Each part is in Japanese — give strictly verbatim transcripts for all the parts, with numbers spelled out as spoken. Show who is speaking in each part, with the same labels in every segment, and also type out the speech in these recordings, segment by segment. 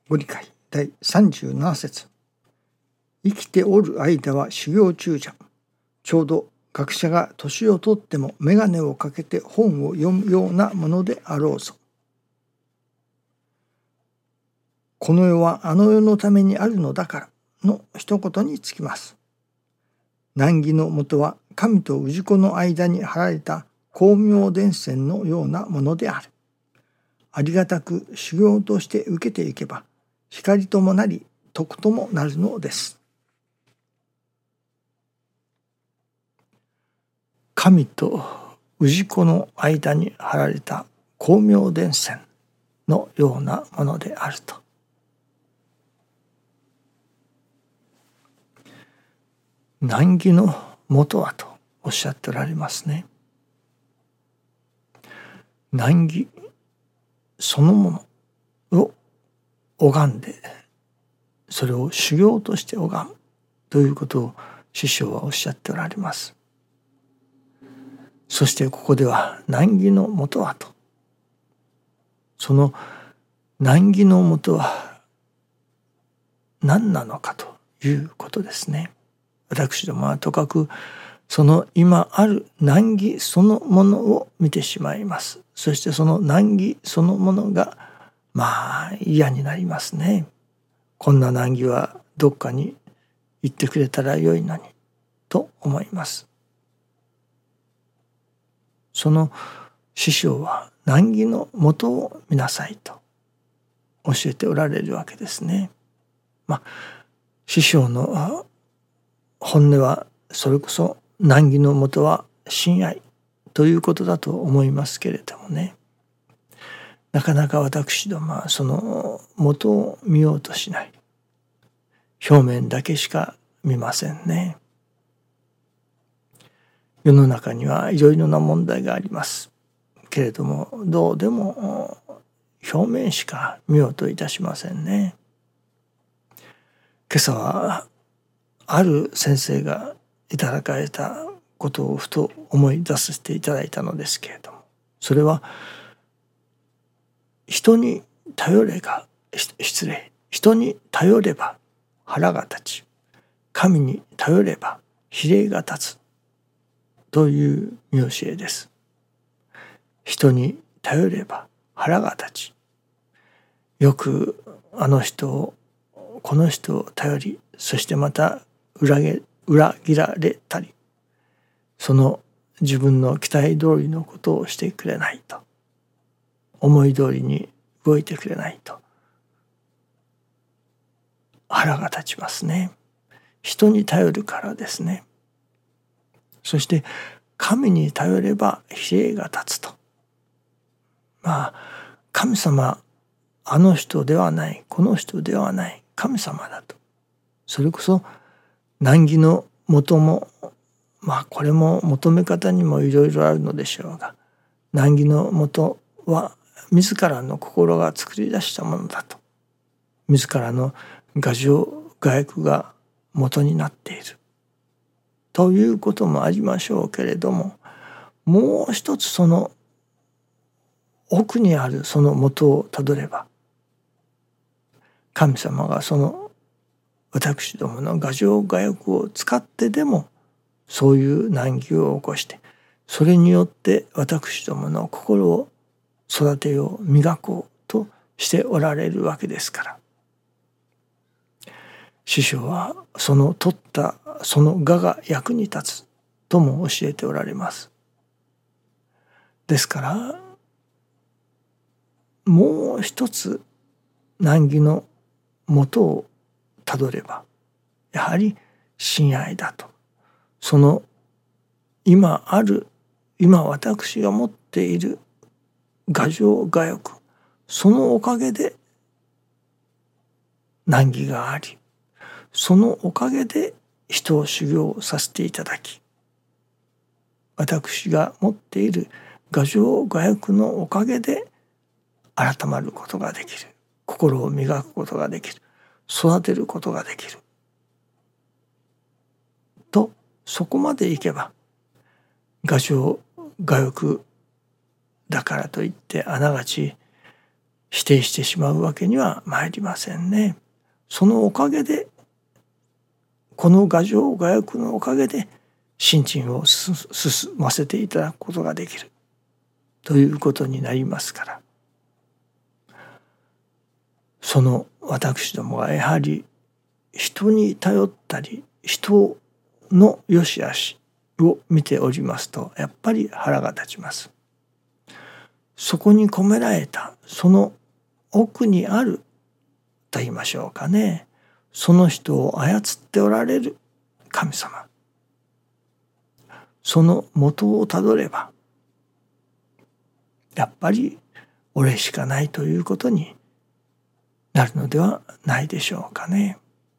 Speaker 1: ご理解だいさんじゅうなな節。生きておる間は修行中じゃ。ちょうど学者が年をとっても眼鏡をかけて本を読むようなものであろうぞ。この世はあの世のためにあるのだからの一言につきます。難儀のもとは神と氏子の間に張られた光明電線のようなものである。ありがたく修行として受けていけば光ともなり徳ともなるのです。神と氏子の間に張られた光明電線のようなものであると。難儀のもとはとおっしゃっておられますね。難儀そのものを拝んで、それを修行として拝むということを師匠はおっしゃっておられます。そしてここでは難儀のもとはと、その難儀のもとは何なのかということですね。私どもはとかくその今ある難儀そのものを見てしまいます。そしてその難儀そのものがまあ嫌になりますね。こんな難儀はどっかに行ってくれたらよいのにと思います。その師匠は難儀のもとを見なさいと教えておられるわけですね。まあ師匠の本音はそれこそ難儀のもとは親愛ということだと思いますけれどもね、なかなか私どもはその元を見ようとしない。表面だけしか見ませんね。世の中にはいろいろな問題がありますけれども、どうでも表面しか見ようといたしませんね。今朝はある先生がいただかれたことをふと思い出させていただいたのですけれども、それは人に頼れば失礼人に頼れば腹が立ち、神に頼れば比例が立つという見教えです。人に頼れば腹が立ち、よくあの人をこの人を頼り、そしてまた裏切裏切られたり、その自分の期待通りのことをしてくれないと、思い通りに動いてくれないと腹が立ちますね。人に頼るからですね。そして神に頼れば比例が立つと。まあ神様、あの人ではない、この人ではない、神様だと。それこそ難儀のもとも、まあこれも求め方にもいろいろあるのでしょうが、難儀のもとは自らの心が作り出したものだと。自らの牙城牙欲が元になっているということもありましょうけれども、もう一つその奥にあるその元をたどれば、神様がその私どもの牙城牙欲を使ってでもそういう難儀を起こして、それによって私どもの心を育てよう磨こうとしておられるわけですから、師匠はその取ったその我が役に立つとも教えておられます。ですからもう一つ難儀の元をたどればやはり親愛だと。その今ある今私が持っている牙城牙欲、そのおかげで難儀があり、そのおかげで人を修行させていただき、私が持っている牙城牙欲のおかげで改まることができる、心を磨くことができる、育てることができると、そこまでいけば牙城牙欲だからといってあながち否定してしまうわけには参りませんね。そのおかげで、この牙城牙薬のおかげで信心を進ませていただくことができるということになりますから、その私どもがやはり人に頼ったり人の良し悪しを見ておりますと、やっぱり腹が立ちます。そこに込められたその奥にあると言いましょうかね、その人を操っておられる神様、その元をたどればやっぱり俺しかないということになるのではないでしょうかね。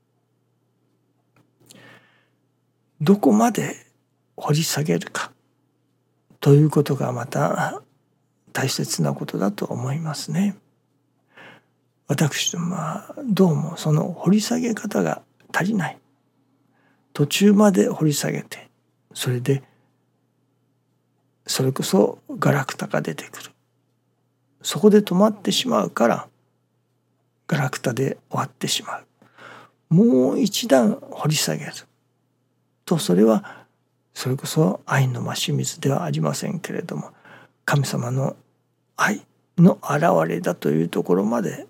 Speaker 1: どこまで掘り下げるかということがまた大切なことだと思いますね。私どもはどうもその掘り下げ方が足りない。途中まで掘り下げて、それでそれこそガラクタが出てくる。そこで止まってしまうからガラクタで終わってしまう。もう一段掘り下げると、それはそれこそ愛の増し水ではありませんけれども、神様の愛の現れだというところまで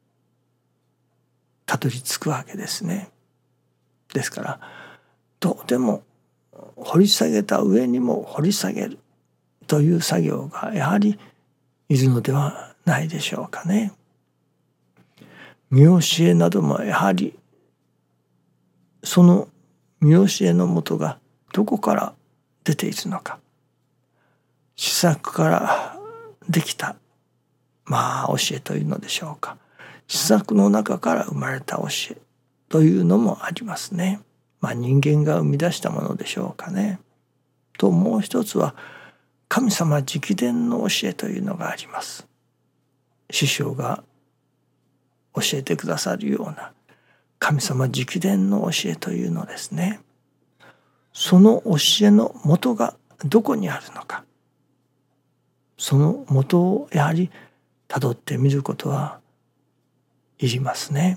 Speaker 1: たどり着くわけですね。ですからどうでも掘り下げた上にも掘り下げるという作業がやはりいるのではないでしょうかね。見教えなどもやはりその見教えのもとがどこから出ているのか、思索からできたまあ教えというのでしょうか、思索の中から生まれた教えというのもありますね。まあ人間が生み出したものでしょうかね。ともう一つは神様直伝の教えというのがあります。師匠が教えてくださるような神様直伝の教えというのですね。その教えの元がどこにあるのか、その元をやはりたどってみることはいりますね。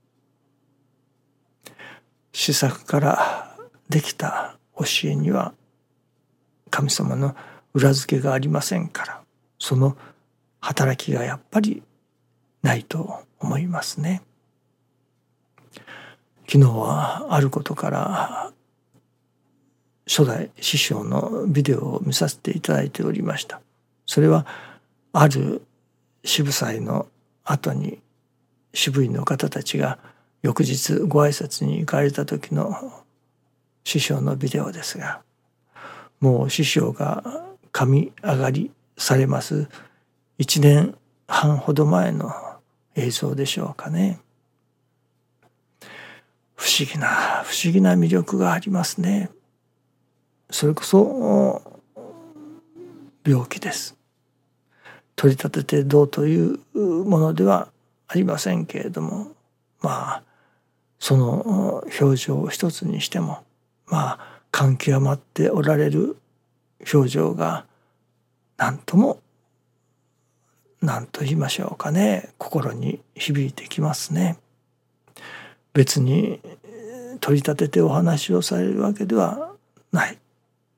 Speaker 1: 思索からできた教えには神様の裏付けがありませんから、その働きがやっぱりないと思いますね。昨日はあることから初代師匠のビデオを見させていただいておりました。それはある渋祭の後に渋いの方たちが翌日ご挨拶に行かれた時の師匠のビデオですが、もう師匠が神上がりされますいちねんはんほど前の映像でしょうかね。不思議な不思議な魅力がありますね。それこそ病気です。取り立ててどうというものではありませんけれども、まあその表情一つにしてもまあ感極まっておられる表情が何とも何と言いましょうかね、心に響いてきますね。別に取り立ててお話をされるわけではない。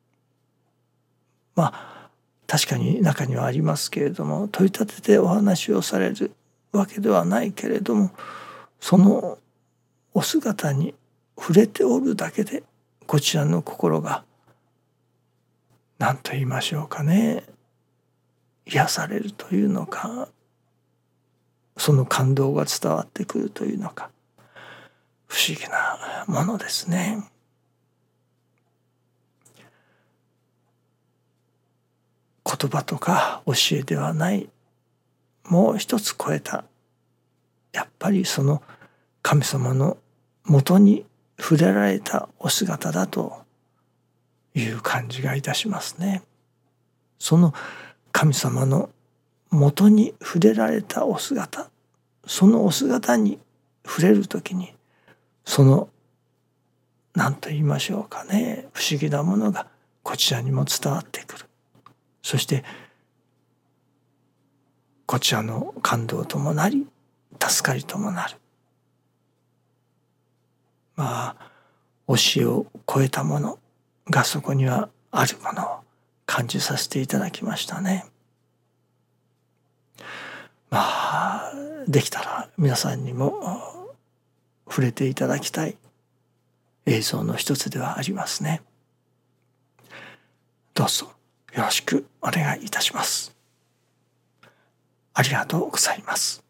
Speaker 1: まあ確かに中にはありますけれども、取り立ててお話をされるわけではないけれども、そのお姿に触れておるだけでこちらの心が何と言いましょうかね、癒されるというのか、その感動が伝わってくるというのか、不思議なものですね。言葉とか教えではない、もう一つ超えた、やっぱりその神様のもとに触れられたお姿だという感じがいたしますね。その神様のもとに触れられたお姿、そのお姿に触れるときに、その何と言いましょうかね、不思議なものがこちらにも伝わってくる。そしてこちらの感動ともなり助かりともなる。まあ教えを超えたものがそこにはあるものを感じさせていただきましたね。まあできたら皆さんにも触れていただきたい映像の一つではありますね。どうぞよろしくお願いいたします。ありがとうございます。